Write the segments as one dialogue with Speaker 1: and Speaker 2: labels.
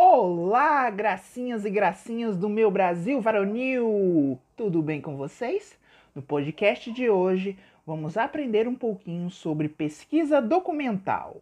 Speaker 1: Olá, gracinhas e gracinhas do meu Brasil varonil! Tudo bem com vocês? No podcast de hoje, vamos aprender um pouquinho sobre pesquisa documental.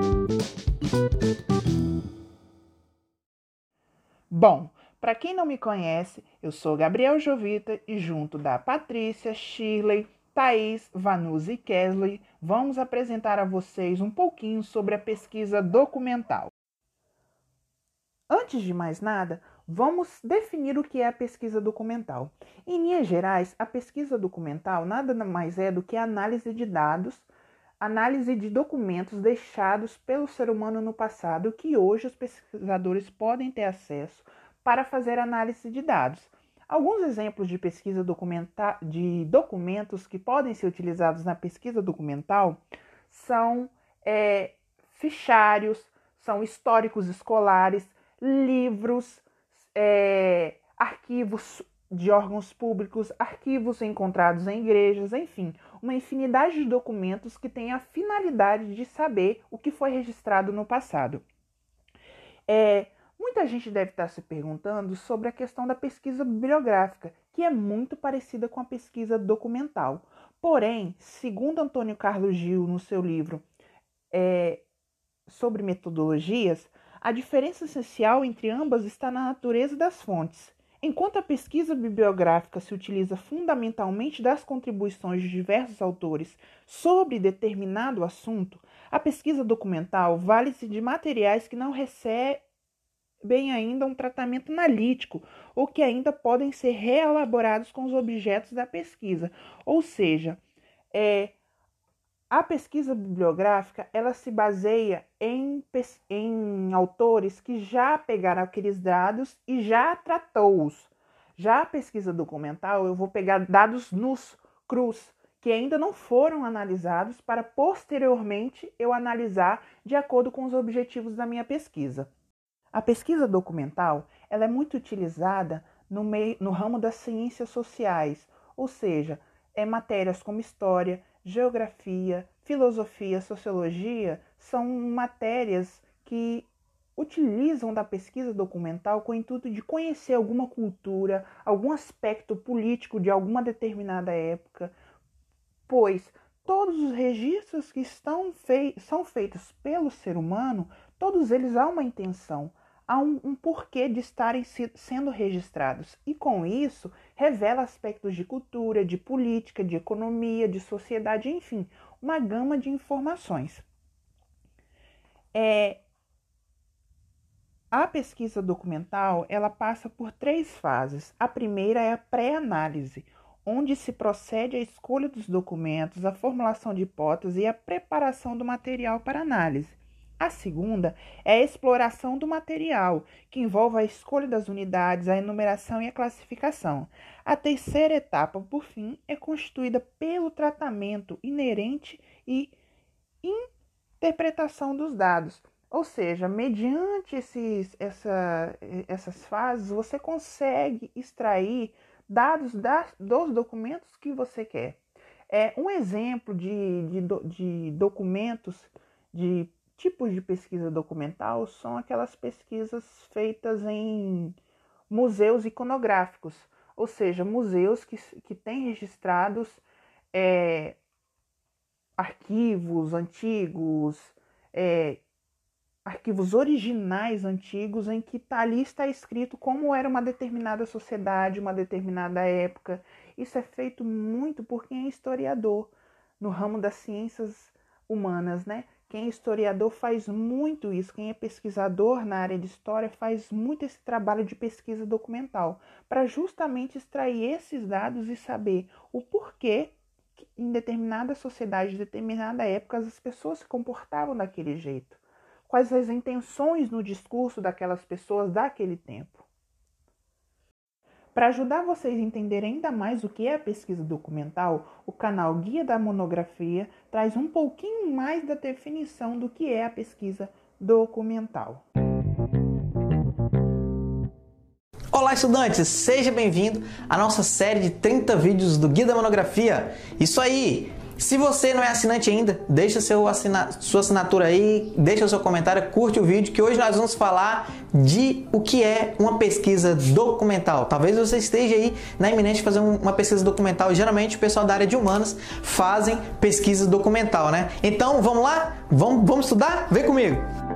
Speaker 1: Bom, para quem não me conhece, eu sou Gabriel Jovita e junto da Patrícia, Shirley, Thaís, Vanusa e Kesley, vamos apresentar a vocês um pouquinho sobre a pesquisa documental. Antes de mais nada, vamos definir o que é a pesquisa documental. Em linhas gerais, a pesquisa documental nada mais é do que a análise de dados, análise de documentos deixados pelo ser humano no passado que hoje os pesquisadores podem ter acesso para fazer análise de dados. Alguns exemplos de pesquisa de documentos que podem ser utilizados na pesquisa documental são fichários, são históricos escolares, livros, arquivos de órgãos públicos, arquivos encontrados em igrejas, enfim, uma infinidade de documentos que têm a finalidade de saber o que foi registrado no passado. Muita gente deve estar se perguntando sobre a questão da pesquisa bibliográfica, que é muito parecida com a pesquisa documental. Porém, segundo Antônio Carlos Gil, no seu livro sobre metodologias, a diferença essencial entre ambas está na natureza das fontes. Enquanto a pesquisa bibliográfica se utiliza fundamentalmente das contribuições de diversos autores sobre determinado assunto, a pesquisa documental vale-se de materiais que não recebem ainda um tratamento analítico ou que ainda podem ser reelaborados com os objetos da pesquisa. Ou seja, a pesquisa bibliográfica ela se baseia em autores que já pegaram aqueles dados e já tratou-os. Já a pesquisa documental, eu vou pegar dados nus, crus, que ainda não foram analisados para posteriormente eu analisar de acordo com os objetivos da minha pesquisa. A pesquisa documental ela é muito utilizada no ramo das ciências sociais, ou seja, matérias como história, geografia, filosofia, sociologia são matérias que utilizam da pesquisa documental com o intuito de conhecer alguma cultura, algum aspecto político de alguma determinada época, pois todos os registros que são feitos pelo ser humano, todos eles há uma intenção, há um porquê de estarem sendo registrados. E com isso, revela aspectos de cultura, de política, de economia, de sociedade, enfim, uma gama de informações. A pesquisa documental, ela passa por 3 fases. A primeira é a pré-análise, onde se procede à escolha dos documentos, a formulação de hipóteses e a preparação do material para análise. A segunda é a exploração do material, que envolve a escolha das unidades, a enumeração e a classificação. A terceira etapa, por fim, é constituída pelo tratamento inerente e interpretação dos dados. Ou seja, mediante essas fases, você consegue extrair dados dos documentos que você quer. Um exemplo de documentos, de tipos de pesquisa documental são aquelas pesquisas feitas em museus iconográficos, ou seja, museus que têm registrados arquivos antigos, arquivos originais antigos em que ali está escrito como era uma determinada sociedade, uma determinada época. Isso é feito muito por quem é historiador no ramo das ciências humanas, né? Quem é historiador faz muito isso, quem é pesquisador na área de história faz muito esse trabalho de pesquisa documental, para justamente extrair esses dados e saber o porquê que em determinada sociedade, em determinada época, as pessoas se comportavam daquele jeito. Quais as intenções no discurso daquelas pessoas daquele tempo. Para ajudar vocês a entenderem ainda mais o que é a pesquisa documental, o canal Guia da Monografia traz um pouquinho mais da definição do que é a pesquisa documental.
Speaker 2: Olá, estudantes! Seja bem-vindo à nossa série de 30 vídeos do Guia da Monografia. Isso aí! Se você não é assinante ainda, deixa sua assinatura aí, deixa o seu comentário, curte o vídeo, que hoje nós vamos falar de o que é uma pesquisa documental. Talvez você esteja aí na iminente de fazer uma pesquisa documental. Geralmente o pessoal da área de humanas fazem pesquisa documental, né? Então vamos lá? Vamos estudar? Vem comigo!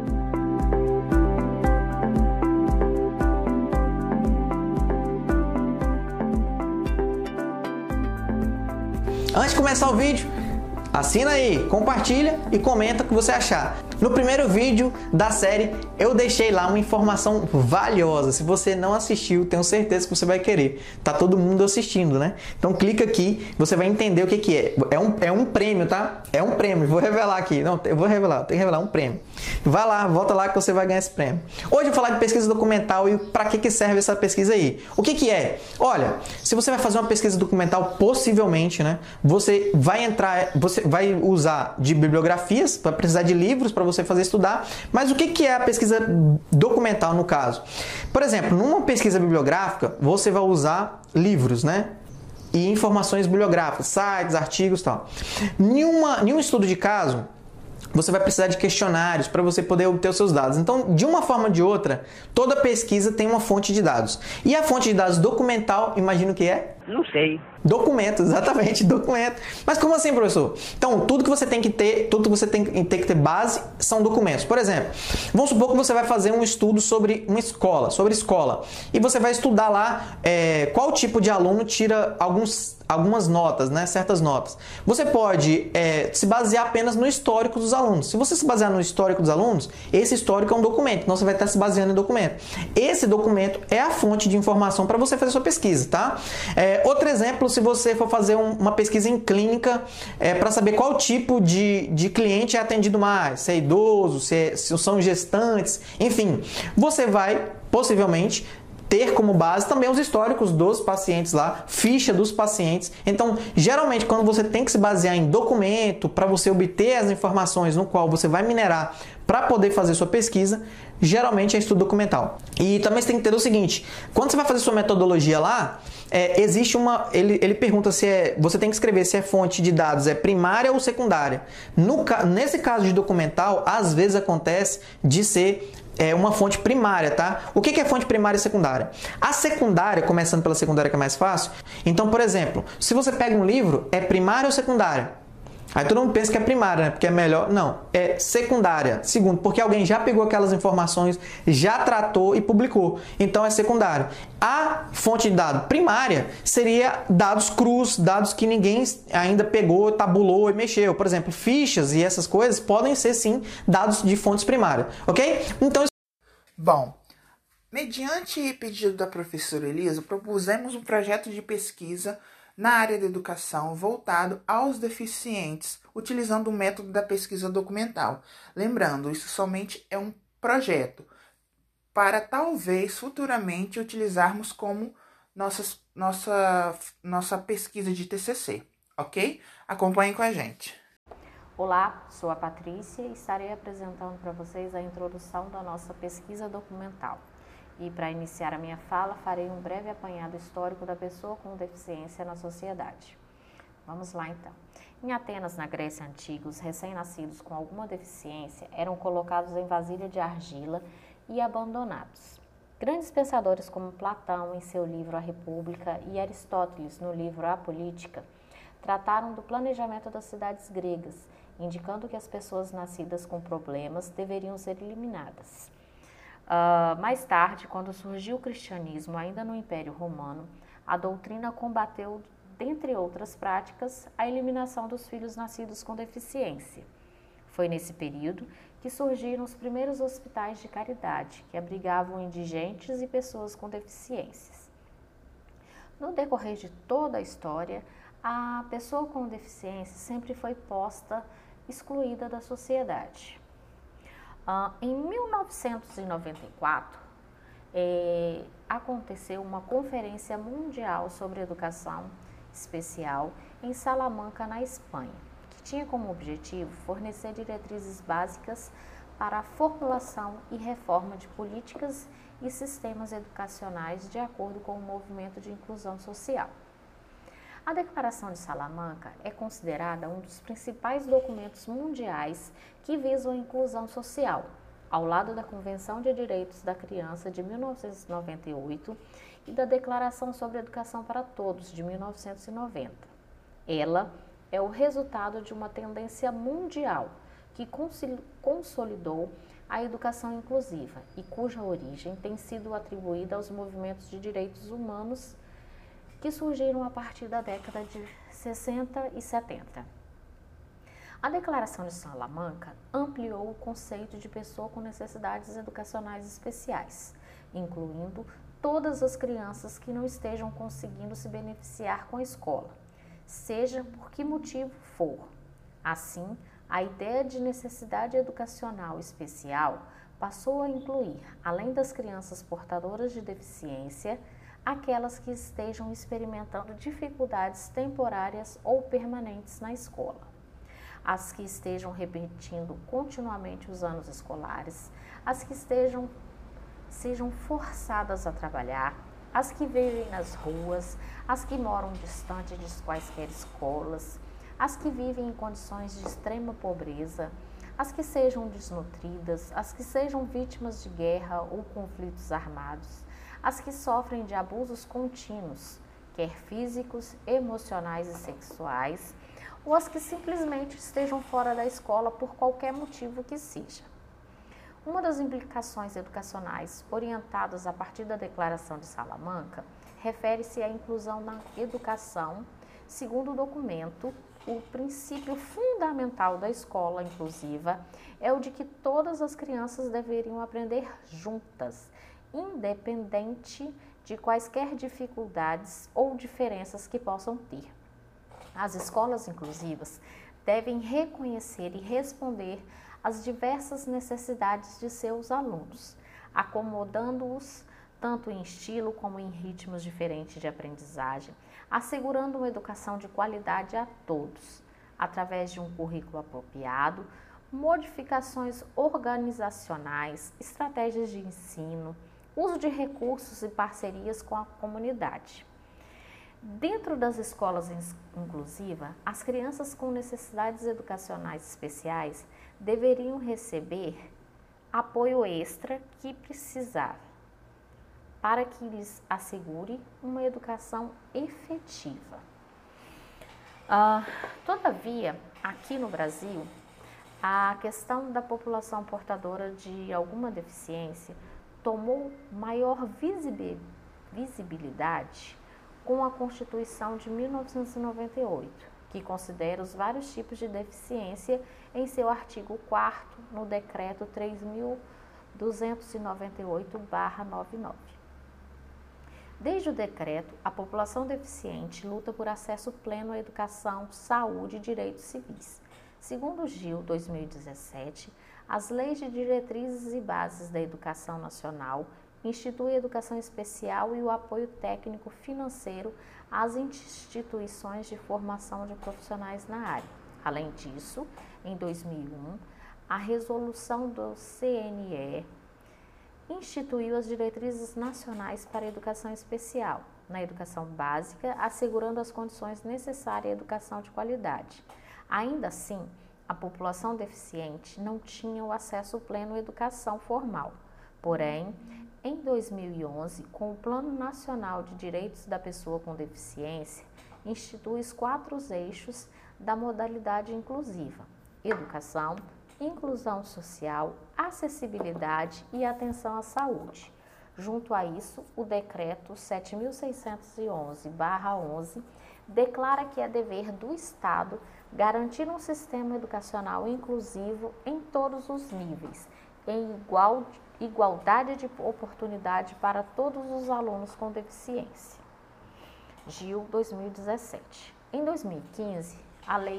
Speaker 2: Antes de começar o vídeo, assina aí, compartilha e comenta o que você achar. No primeiro vídeo da série, eu deixei lá uma informação valiosa. Se você não assistiu, tenho certeza que você vai querer. Tá todo mundo assistindo, né? Então clica aqui, você vai entender o que é. É um prêmio, tá? É um prêmio. Vou revelar aqui. Não, eu vou revelar. Tem que revelar um prêmio. Vai lá, volta lá que você vai ganhar esse prêmio. Hoje eu vou falar de pesquisa documental e para que serve essa pesquisa aí. O que é? Olha, se você vai fazer uma pesquisa documental, possivelmente, né? Você vai usar de bibliografias, vai precisar de livros para você fazer estudar. Mas o que é a pesquisa documental no caso? Por exemplo, numa pesquisa bibliográfica, você vai usar livros, né? E informações bibliográficas, sites, artigos e tal. Nenhum estudo de caso, você vai precisar de questionários para você poder obter os seus dados. Então, de uma forma ou de outra, toda pesquisa tem uma fonte de dados. E a fonte de dados documental, imagino que é?
Speaker 3: Não sei.
Speaker 2: Documento, exatamente, documento. Mas como assim, professor? Então, tudo que você tem que ter, tudo que você tem que ter base são documentos. Por exemplo, vamos supor que você vai fazer um estudo sobre uma escola, e você vai estudar lá qual tipo de aluno tira algumas notas, né? Certas notas. Você pode se basear apenas no histórico dos alunos. Se você se basear no histórico dos alunos, esse histórico é um documento, então você vai estar se baseando em documento. Esse documento é a fonte de informação para você fazer sua pesquisa, tá? Outro exemplo, se você for fazer uma pesquisa em clínica para saber qual tipo de cliente é atendido mais, se é idoso, se são gestantes, enfim, você vai possivelmente ter como base também os históricos dos pacientes lá, ficha dos pacientes. Então, geralmente, quando você tem que se basear em documento para você obter as informações no qual você vai minerar para poder fazer sua pesquisa, geralmente é estudo documental. E também você tem que ter o seguinte, quando você vai fazer sua metodologia lá, existe ele pergunta você tem que escrever se a fonte de dados é primária ou secundária. Nesse caso de documental, às vezes acontece de ser uma fonte primária, tá? O que é fonte primária e secundária? A secundária, começando pela secundária que é mais fácil, então, por exemplo, se você pega um livro, é primária ou secundária? Aí todo mundo pensa que é primária, né? Porque é melhor. Não, é secundária. Segundo, porque alguém já pegou aquelas informações, já tratou e publicou. Então é secundário. A fonte de dado primária seria dados crus, dados que ninguém ainda pegou, tabulou e mexeu. Por exemplo, fichas e essas coisas podem ser sim dados de fontes primárias, ok? Então,
Speaker 1: bom, mediante pedido da professora Elisa, propusemos um projeto de pesquisa na área da educação voltado aos deficientes, utilizando o método da pesquisa documental. Lembrando, isso somente é um projeto, para talvez futuramente utilizarmos como nossa pesquisa de TCC, ok? Acompanhem com a gente.
Speaker 4: Olá, sou a Patrícia e estarei apresentando para vocês a introdução da nossa pesquisa documental. E para iniciar a minha fala, farei um breve apanhado histórico da pessoa com deficiência na sociedade. Vamos lá então. Em Atenas, na Grécia Antiga, os recém-nascidos com alguma deficiência eram colocados em vasilha de argila e abandonados. Grandes pensadores como Platão, em seu livro A República, e Aristóteles, no livro A Política, trataram do planejamento das cidades gregas, indicando que as pessoas nascidas com problemas deveriam ser eliminadas. Mais tarde, quando surgiu o cristianismo, ainda no Império Romano, a doutrina combateu, dentre outras práticas, a eliminação dos filhos nascidos com deficiência. Foi nesse período que surgiram os primeiros hospitais de caridade, que abrigavam indigentes e pessoas com deficiências. No decorrer de toda a história, a pessoa com deficiência sempre foi excluída da sociedade. Em 1994, aconteceu uma conferência mundial sobre educação especial em Salamanca, na Espanha, que tinha como objetivo fornecer diretrizes básicas para a formulação e reforma de políticas e sistemas educacionais de acordo com o movimento de inclusão social. A Declaração de Salamanca é considerada um dos principais documentos mundiais que visam a inclusão social, ao lado da Convenção de Direitos da Criança de 1998 e da Declaração sobre a Educação para Todos de 1990. Ela é o resultado de uma tendência mundial que consolidou a educação inclusiva e cuja origem tem sido atribuída aos movimentos de direitos humanos que surgiram a partir da década de 60 e 70. A Declaração de Salamanca ampliou o conceito de pessoa com necessidades educacionais especiais, incluindo todas as crianças que não estejam conseguindo se beneficiar com a escola, seja por que motivo for. Assim, a ideia de necessidade educacional especial passou a incluir, além das crianças portadoras de deficiência, aquelas que estejam experimentando dificuldades temporárias ou permanentes na escola, as que estejam repetindo continuamente os anos escolares, as que sejam forçadas a trabalhar, as que vivem nas ruas, as que moram distante de quaisquer escolas, as que vivem em condições de extrema pobreza, as que sejam desnutridas, as que sejam vítimas de guerra ou conflitos armados, as que sofrem de abusos contínuos, quer físicos, emocionais e sexuais, ou as que simplesmente estejam fora da escola por qualquer motivo que seja. Uma das implicações educacionais orientadas a partir da Declaração de Salamanca refere-se à inclusão na educação. Segundo o documento, o princípio fundamental da escola inclusiva é o de que todas as crianças deveriam aprender juntas, independente de quaisquer dificuldades ou diferenças que possam ter. As escolas inclusivas devem reconhecer e responder às diversas necessidades de seus alunos, acomodando-os tanto em estilo como em ritmos diferentes de aprendizagem, assegurando uma educação de qualidade a todos, através de um currículo apropriado, modificações organizacionais, estratégias de ensino, uso de recursos e parcerias com a comunidade. Dentro das escolas inclusivas, as crianças com necessidades educacionais especiais deveriam receber apoio extra que precisar, para que lhes assegure uma educação efetiva. Todavia, aqui no Brasil, a questão da população portadora de alguma deficiência tomou maior visibilidade com a Constituição de 1998, que considera os vários tipos de deficiência em seu artigo 4º no Decreto 3.298/99. Desde o decreto, a população deficiente luta por acesso pleno à educação, saúde e direitos civis. Segundo o GIL 2017, as leis de diretrizes e bases da educação nacional institui a educação especial e o apoio técnico financeiro às instituições de formação de profissionais na área. Além disso, em 2001, a resolução do CNE instituiu as diretrizes nacionais para a educação especial, na educação básica, assegurando as condições necessárias à educação de qualidade. Ainda assim, a população deficiente não tinha o acesso pleno à educação formal. Porém, em 2011, com o Plano Nacional de Direitos da Pessoa com Deficiência, institui os 4 eixos da modalidade inclusiva: educação, inclusão social, acessibilidade e atenção à saúde. Junto a isso, o Decreto 7.611/11 declara que é dever do Estado garantir um sistema educacional inclusivo em todos os níveis, em igualdade de oportunidade para todos os alunos com deficiência. GIL 2017. Em 2015, a Lei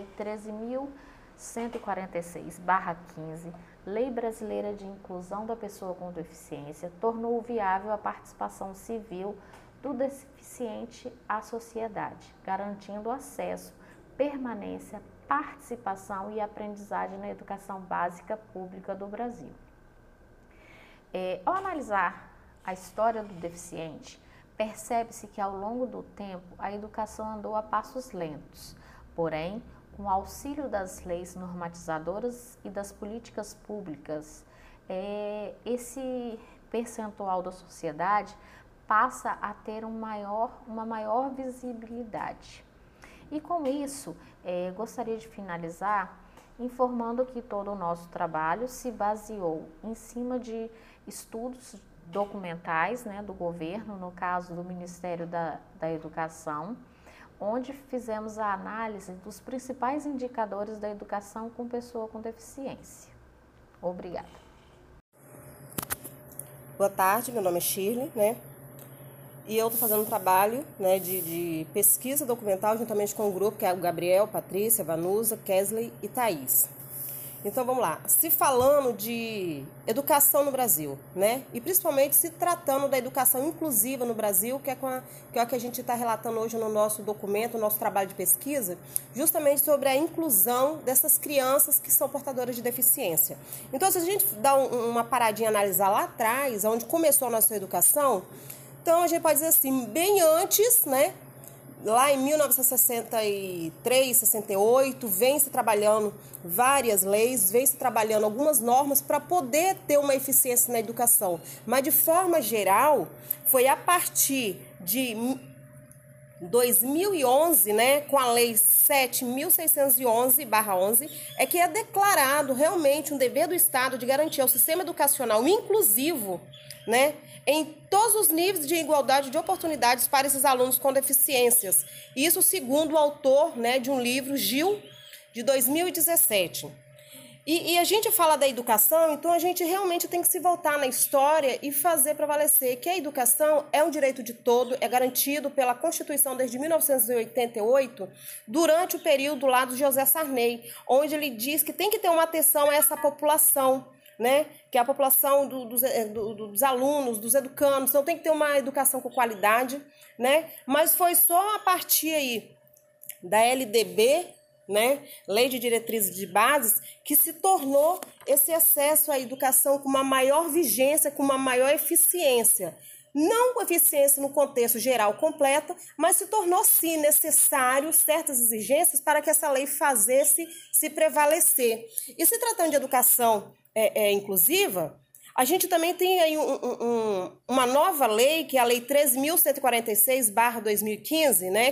Speaker 4: 13.146/15, Lei Brasileira de Inclusão da Pessoa com Deficiência, tornou viável a participação civil do deficiente à sociedade, garantindo acesso, permanência, participação e aprendizagem na educação básica pública do Brasil. Ao analisar a história do deficiente, percebe-se que ao longo do tempo a educação andou a passos lentos, porém, com o auxílio das leis normatizadoras e das políticas públicas, esse percentual da sociedade passa a ter uma maior visibilidade. E com isso, gostaria de finalizar informando que todo o nosso trabalho se baseou em cima de estudos documentais, né, do governo, no caso do Ministério da Educação, onde fizemos a análise dos principais indicadores da educação com pessoa com deficiência. Obrigada.
Speaker 3: Boa tarde, meu nome é Shirley, né? E eu estou fazendo um trabalho, né, de pesquisa documental juntamente com um grupo que é o Gabriel, Patrícia, Vanusa, Kesley e Thaís. Então vamos lá. Se falando de educação no Brasil, né? E principalmente se tratando da educação inclusiva no Brasil, que é o que a gente está relatando hoje no nosso documento, no nosso trabalho de pesquisa, justamente sobre a inclusão dessas crianças que são portadoras de deficiência. Então, se a gente dá uma paradinha e analisar lá atrás, onde começou a nossa educação, então a gente pode dizer assim, bem antes, né? Lá em 1963, 68, vem-se trabalhando várias leis, vem-se trabalhando algumas normas para poder ter uma eficiência na educação. Mas, de forma geral, foi a partir de 2011, né, com a Lei 7.611/11, é que é declarado realmente um dever do Estado de garantir ao sistema educacional inclusivo, né, em todos os níveis de igualdade de oportunidades para esses alunos com deficiências. Isso segundo o autor, né, de um livro, Gil, de 2017. E a gente fala da educação, então a gente realmente tem que se voltar na história e fazer prevalecer que a educação é um direito de todo, é garantido pela Constituição desde 1988, durante o período lá do José Sarney, onde ele diz que tem que ter uma atenção a essa população, né? Que é a população dos alunos, dos educandos, então tem que ter uma educação com qualidade, né? Mas foi só a partir aí da LDB, né? Lei de Diretrizes de Bases, que se tornou esse acesso à educação com uma maior vigência, com uma maior eficiência. Não eficiência no contexto geral completa, mas se tornou sim necessário certas exigências para que essa lei fazesse se prevalecer. E se tratando de educação inclusiva, a gente também tem aí uma nova lei, que é a Lei 13.146/2015, né,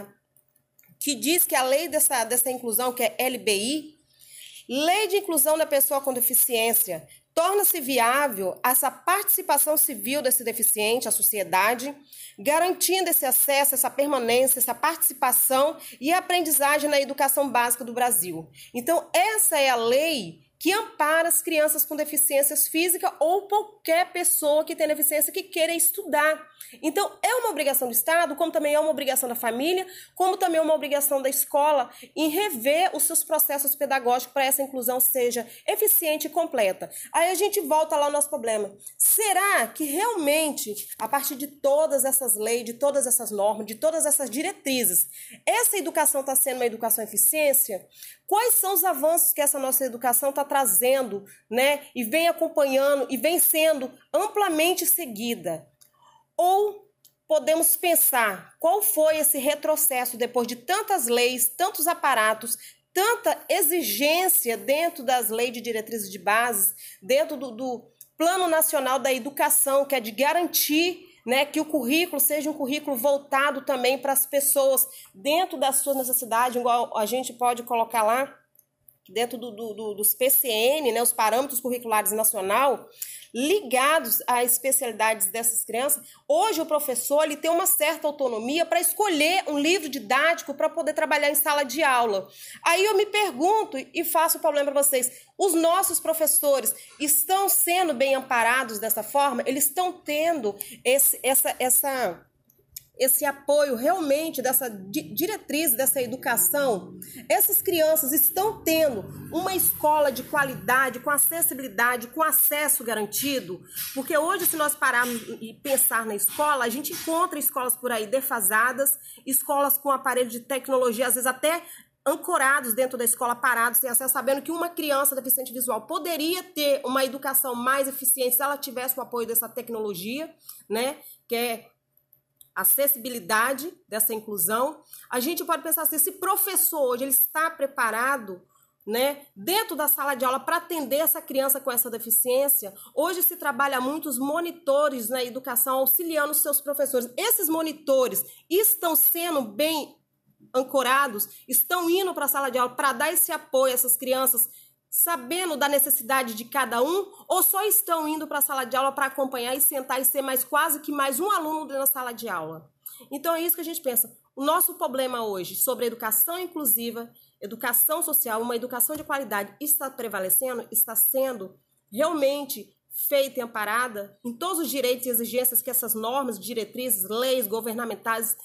Speaker 3: que diz que a lei dessa inclusão, que é LBI, Lei de Inclusão da Pessoa com Deficiência, torna-se viável essa participação civil desse deficiente à sociedade, garantindo esse acesso, essa permanência, essa participação e aprendizagem na educação básica do Brasil. Então, essa é a lei que ampara as crianças com deficiências físicas ou qualquer pessoa que tenha deficiência que queira estudar. Então, é uma obrigação do Estado, como também é uma obrigação da família, como também é uma obrigação da escola em rever os seus processos pedagógicos para essa inclusão seja eficiente e completa. Aí a gente volta lá ao nosso problema. Será que realmente, a partir de todas essas leis, de todas essas normas, de todas essas diretrizes, essa educação está sendo uma educação eficiência? Quais são os avanços que essa nossa educação está trazendo, né? E vem acompanhando e vem sendo amplamente seguida? Ou podemos pensar qual foi esse retrocesso depois de tantas leis, tantos aparatos, tanta exigência dentro das leis de diretrizes de bases, dentro do Plano Nacional da Educação, que é de garantir, né, que o currículo seja um currículo voltado também para as pessoas dentro das suas necessidades, igual a gente pode colocar lá, dentro dos PCN, né, os parâmetros curriculares nacional, ligados às especialidades dessas crianças. Hoje o professor ele tem uma certa autonomia para escolher um livro didático para poder trabalhar em sala de aula. Aí eu me pergunto e faço o problema para vocês, os nossos professores estão sendo bem amparados dessa forma? Eles estão tendo esse apoio realmente dessa diretriz, dessa educação? Essas crianças estão tendo uma escola de qualidade, com acessibilidade, com acesso garantido? Porque hoje, se nós pararmos e pensar na escola, a gente encontra escolas por aí defasadas, escolas com aparelhos de tecnologia, às vezes até ancorados dentro da escola, parados, sem acesso, sabendo que uma criança deficiente visual poderia ter uma educação mais eficiente se ela tivesse o apoio dessa tecnologia, né, que é acessibilidade dessa inclusão. A gente pode pensar assim, esse professor hoje ele está preparado, né, dentro da sala de aula para atender essa criança com essa deficiência. Hoje se trabalha muitos monitores na educação auxiliando os seus professores. Esses monitores estão sendo bem ancorados, estão indo para a sala de aula para dar esse apoio a essas crianças, sabendo da necessidade de cada um, ou só estão indo para a sala de aula para acompanhar e sentar e ser quase que mais um aluno dentro da sala de aula? Então é isso que a gente pensa. O nosso problema hoje sobre a educação inclusiva, educação social, uma educação de qualidade está prevalecendo, está sendo realmente feita e amparada em todos os direitos e exigências que essas normas, diretrizes, leis governamentais,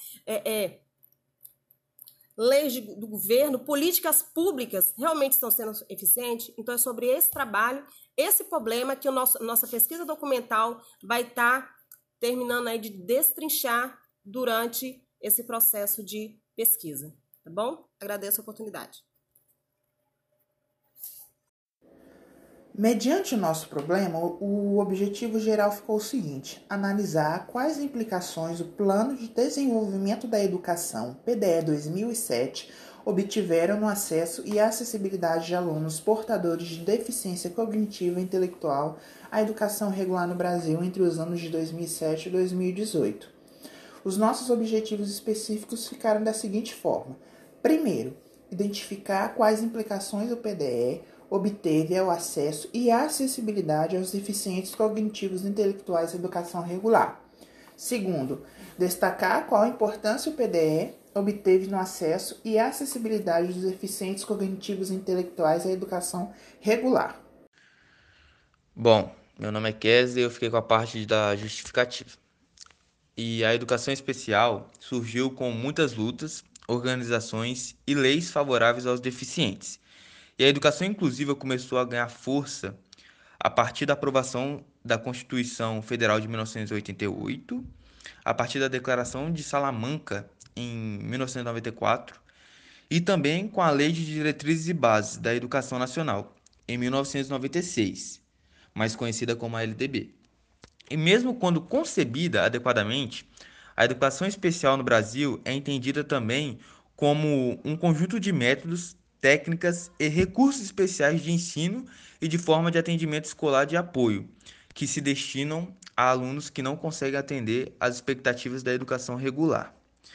Speaker 3: leis do governo, políticas públicas realmente estão sendo eficientes. Então é sobre esse trabalho, esse problema que nossa pesquisa documental vai estar terminando aí de destrinchar durante esse processo de pesquisa. Tá bom? Agradeço a oportunidade.
Speaker 1: Mediante o nosso problema, o objetivo geral ficou o seguinte: analisar quais implicações o Plano de Desenvolvimento da Educação, PDE 2007, obtiveram no acesso e acessibilidade de alunos portadores de deficiência cognitiva e intelectual à educação regular no Brasil entre os anos de 2007 e 2018. Os nossos objetivos específicos ficaram da seguinte forma: primeiro, identificar quais implicações o PDE obteve ao acesso e à acessibilidade aos deficientes cognitivos e intelectuais à educação regular. Segundo, destacar qual a importância o PDE obteve no acesso e à acessibilidade dos deficientes cognitivos e intelectuais à educação regular.
Speaker 5: Bom, meu nome é Kesley e eu fiquei com a parte da justificativa. E a educação especial surgiu com muitas lutas, organizações e leis favoráveis aos deficientes. E a educação inclusiva começou a ganhar força a partir da aprovação da Constituição Federal de 1988, a partir da Declaração de Salamanca em 1994 e também com a Lei de Diretrizes e Bases da Educação Nacional em 1996, mais conhecida como a LDB. E mesmo quando concebida adequadamente, a educação especial no Brasil é entendida também como um conjunto de métodos, técnicas e recursos especiais de ensino e de forma de atendimento escolar de apoio, que se destinam a alunos que não conseguem atender às expectativas da educação regular.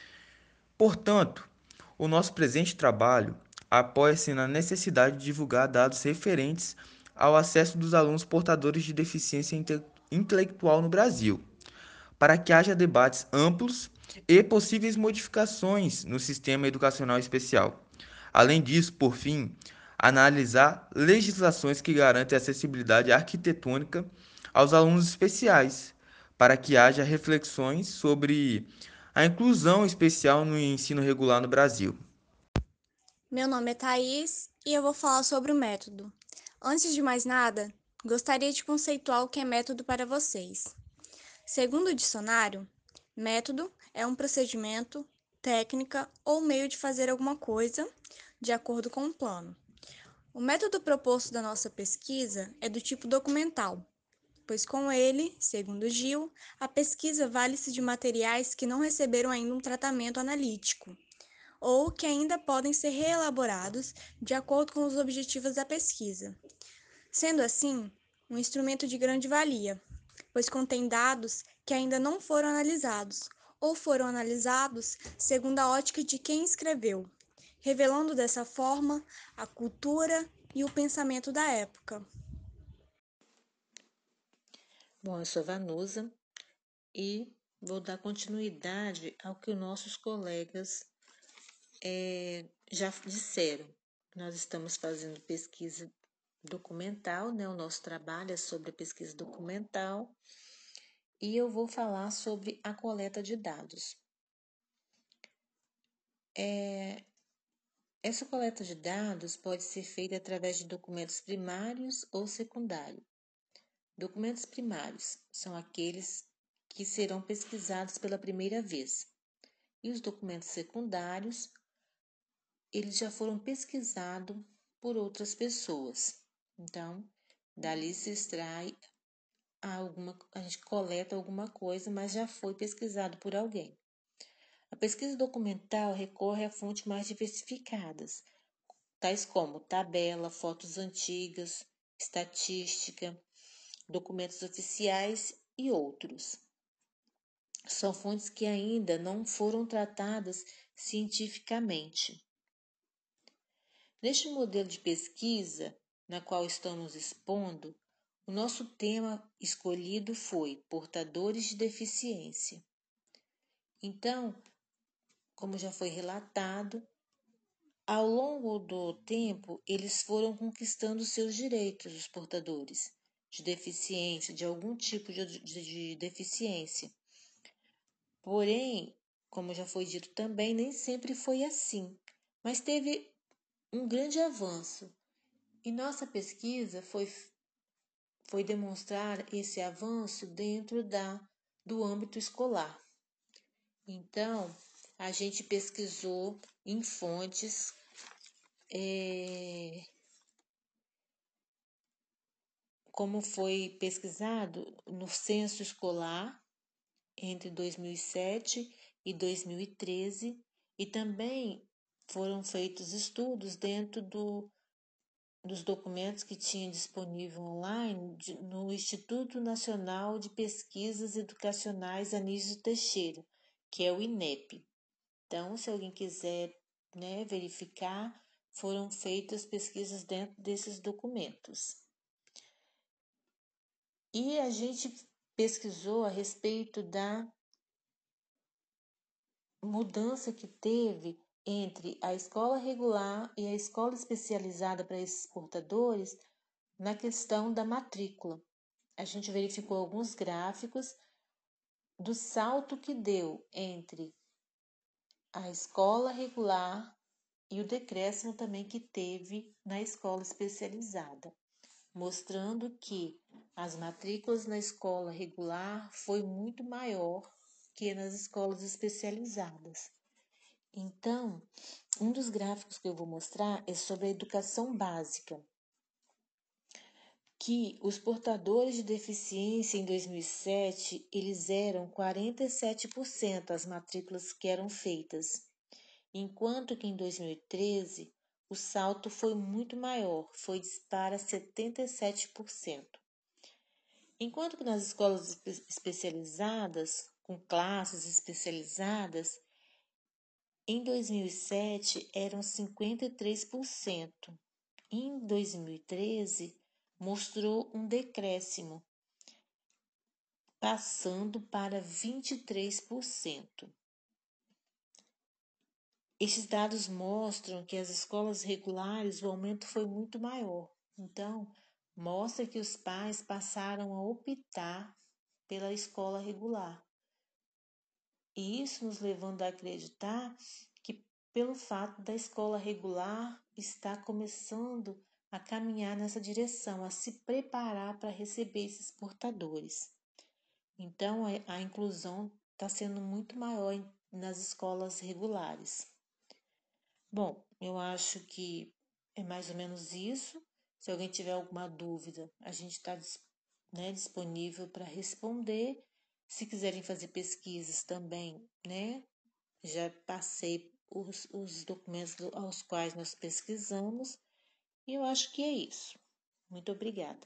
Speaker 5: Portanto, o nosso presente trabalho apoia-se na necessidade de divulgar dados referentes ao acesso dos alunos portadores de deficiência intelectual no Brasil, para que haja debates amplos e possíveis modificações no sistema educacional especial. Além disso, por fim, analisar legislações que garantem acessibilidade arquitetônica aos alunos especiais, para que haja reflexões sobre a inclusão especial no ensino regular no Brasil.
Speaker 6: Meu nome é Thaís e eu vou falar sobre o método. Antes de mais nada, gostaria de conceituar o que é método para vocês. Segundo o dicionário, método é um procedimento, técnica ou meio de fazer alguma coisa de acordo com um plano. O método proposto da nossa pesquisa é do tipo documental, pois com ele, segundo Gil, a pesquisa vale-se de materiais que não receberam ainda um tratamento analítico, ou que ainda podem ser reelaborados de acordo com os objetivos da pesquisa. Sendo assim, um instrumento de grande valia, pois contém dados que ainda não foram analisados, ou foram analisados segundo a ótica de quem escreveu, revelando dessa forma a cultura e o pensamento da época.
Speaker 7: Bom, eu sou Vanusa e vou dar continuidade ao que os nossos colegas já disseram. Nós estamos fazendo pesquisa documental, né? O nosso trabalho é sobre a pesquisa documental e eu vou falar sobre a coleta de dados. Essa coleta de dados pode ser feita através de documentos primários ou secundários. Documentos primários são aqueles que serão pesquisados pela primeira vez. E os documentos secundários, eles já foram pesquisados por outras pessoas. Então, dali se extrai a gente coleta alguma coisa, mas já foi pesquisado por alguém. A pesquisa documental recorre a fontes mais diversificadas, tais como tabela, fotos antigas, estatística, documentos oficiais e outros. São fontes que ainda não foram tratadas cientificamente. Neste modelo de pesquisa, na qual estamos expondo, o nosso tema escolhido foi portadores de deficiência. Então, como já foi relatado, ao longo do tempo, eles foram conquistando seus direitos, os portadores de deficiência, de algum tipo de deficiência. Porém, como já foi dito também, nem sempre foi assim, mas teve um grande avanço. E nossa pesquisa foi demonstrar esse avanço dentro do âmbito escolar. Então, a gente pesquisou em fontes como foi pesquisado no censo escolar entre 2007 e 2013, e também foram feitos estudos dentro dos documentos que tinha disponível online no Instituto Nacional de Pesquisas Educacionais Anísio Teixeira, que é o INEP. Então, se alguém quiser, verificar, foram feitas pesquisas dentro desses documentos. E a gente pesquisou a respeito da mudança que teve entre a escola regular e a escola especializada para esses portadores na questão da matrícula. A gente verificou alguns gráficos do salto que deu entre a escola regular e o decréscimo também que teve na escola especializada, mostrando que as matrículas na escola regular foi muito maior que nas escolas especializadas. Então, um dos gráficos que eu vou mostrar é sobre a educação básica, que os portadores de deficiência em 2007, eles eram 47% as matrículas que eram feitas, enquanto que em 2013 o salto foi muito maior, foi para 77%. Enquanto que nas escolas especializadas, com classes especializadas, em 2007 eram 53%. Em 2013 mostrou um decréscimo, passando para 23%. Estes dados mostram que as escolas regulares o aumento foi muito maior. Então, mostra que os pais passaram a optar pela escola regular. E isso nos levando a acreditar que, pelo fato da escola regular estar começando a caminhar nessa direção, a se preparar para receber esses portadores. Então, a inclusão está sendo muito maior nas escolas regulares. Bom, eu acho que é mais ou menos isso. Se alguém tiver alguma dúvida, a gente está disponível para responder. Se quiserem fazer pesquisas também, já passei os documentos aos quais nós pesquisamos. E eu acho que é isso. Muito obrigada.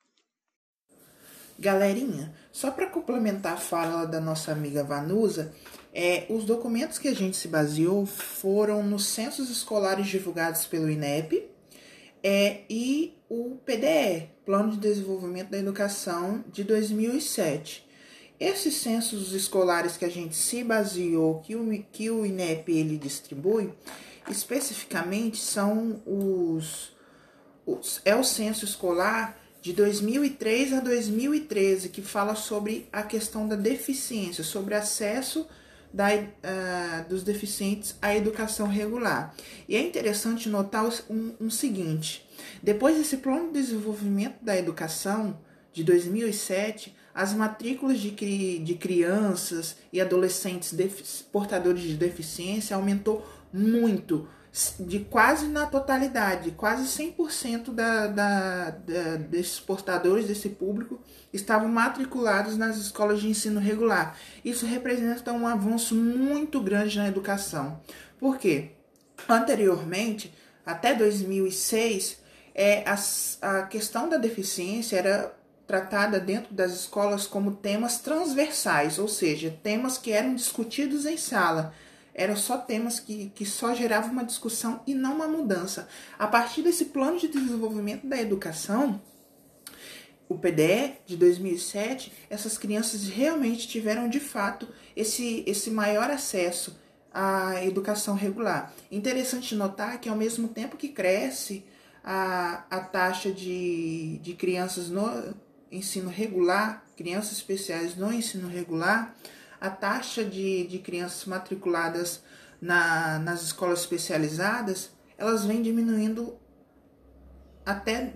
Speaker 1: Galerinha, só para complementar a fala da nossa amiga Vanusa, os documentos que a gente se baseou foram nos censos escolares divulgados pelo INEP e o PDE, Plano de Desenvolvimento da Educação de 2007. Esses censos escolares que a gente se baseou, que o INEP ele distribui, especificamente são o censo escolar de 2003 a 2013, que fala sobre a questão da deficiência, sobre acesso dos deficientes à educação regular. E é interessante notar um seguinte: depois desse Plano de Desenvolvimento da Educação de 2007, as matrículas de crianças e adolescentes portadores de deficiência aumentou muito, de quase na totalidade, quase 100% desses portadores, desse público, estavam matriculados nas escolas de ensino regular. Isso representa um avanço muito grande na educação. Por quê? Anteriormente, até 2006, a questão da deficiência era tratada dentro das escolas como temas transversais, ou seja, temas que eram discutidos em sala. Eram só temas que só geravam uma discussão e não uma mudança. A partir desse plano de desenvolvimento da educação, o PDE de 2007, essas crianças realmente tiveram de fato esse maior acesso à educação regular. Interessante notar que ao mesmo tempo que cresce a taxa de crianças no ensino regular, crianças especiais no ensino regular, a taxa de crianças matriculadas nas escolas especializadas, elas vêm diminuindo até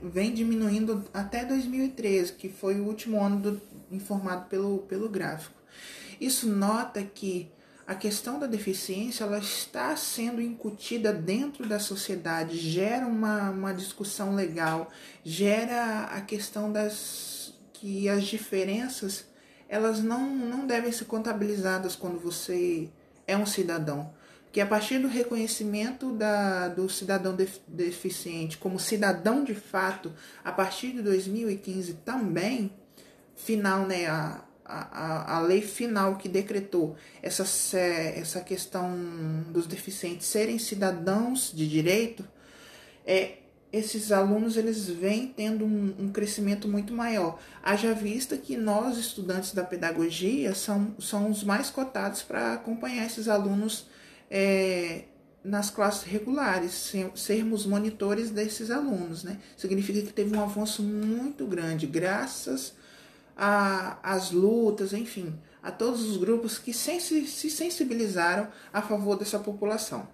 Speaker 1: 2013, que foi o último ano informado pelo gráfico. Isso nota que a questão da deficiência ela está sendo incutida dentro da sociedade, gera uma discussão legal, gera a questão que as diferenças elas não devem ser contabilizadas quando você é um cidadão. Porque a partir do reconhecimento do cidadão deficiente como cidadão de fato, a partir de 2015 também, final, né, a lei final que decretou essa questão dos deficientes serem cidadãos de direito, esses alunos eles vêm tendo um crescimento muito maior. Haja vista que nós, estudantes da pedagogia, são os mais cotados para acompanhar esses alunos nas classes regulares, sermos monitores desses alunos, né? Significa que teve um avanço muito grande, graças às lutas, enfim, a todos os grupos que se sensibilizaram a favor dessa população.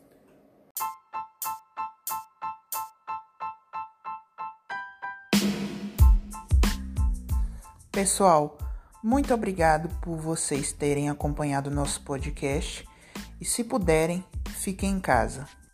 Speaker 1: Pessoal, muito obrigado por vocês terem acompanhado o nosso podcast e se puderem, fiquem em casa.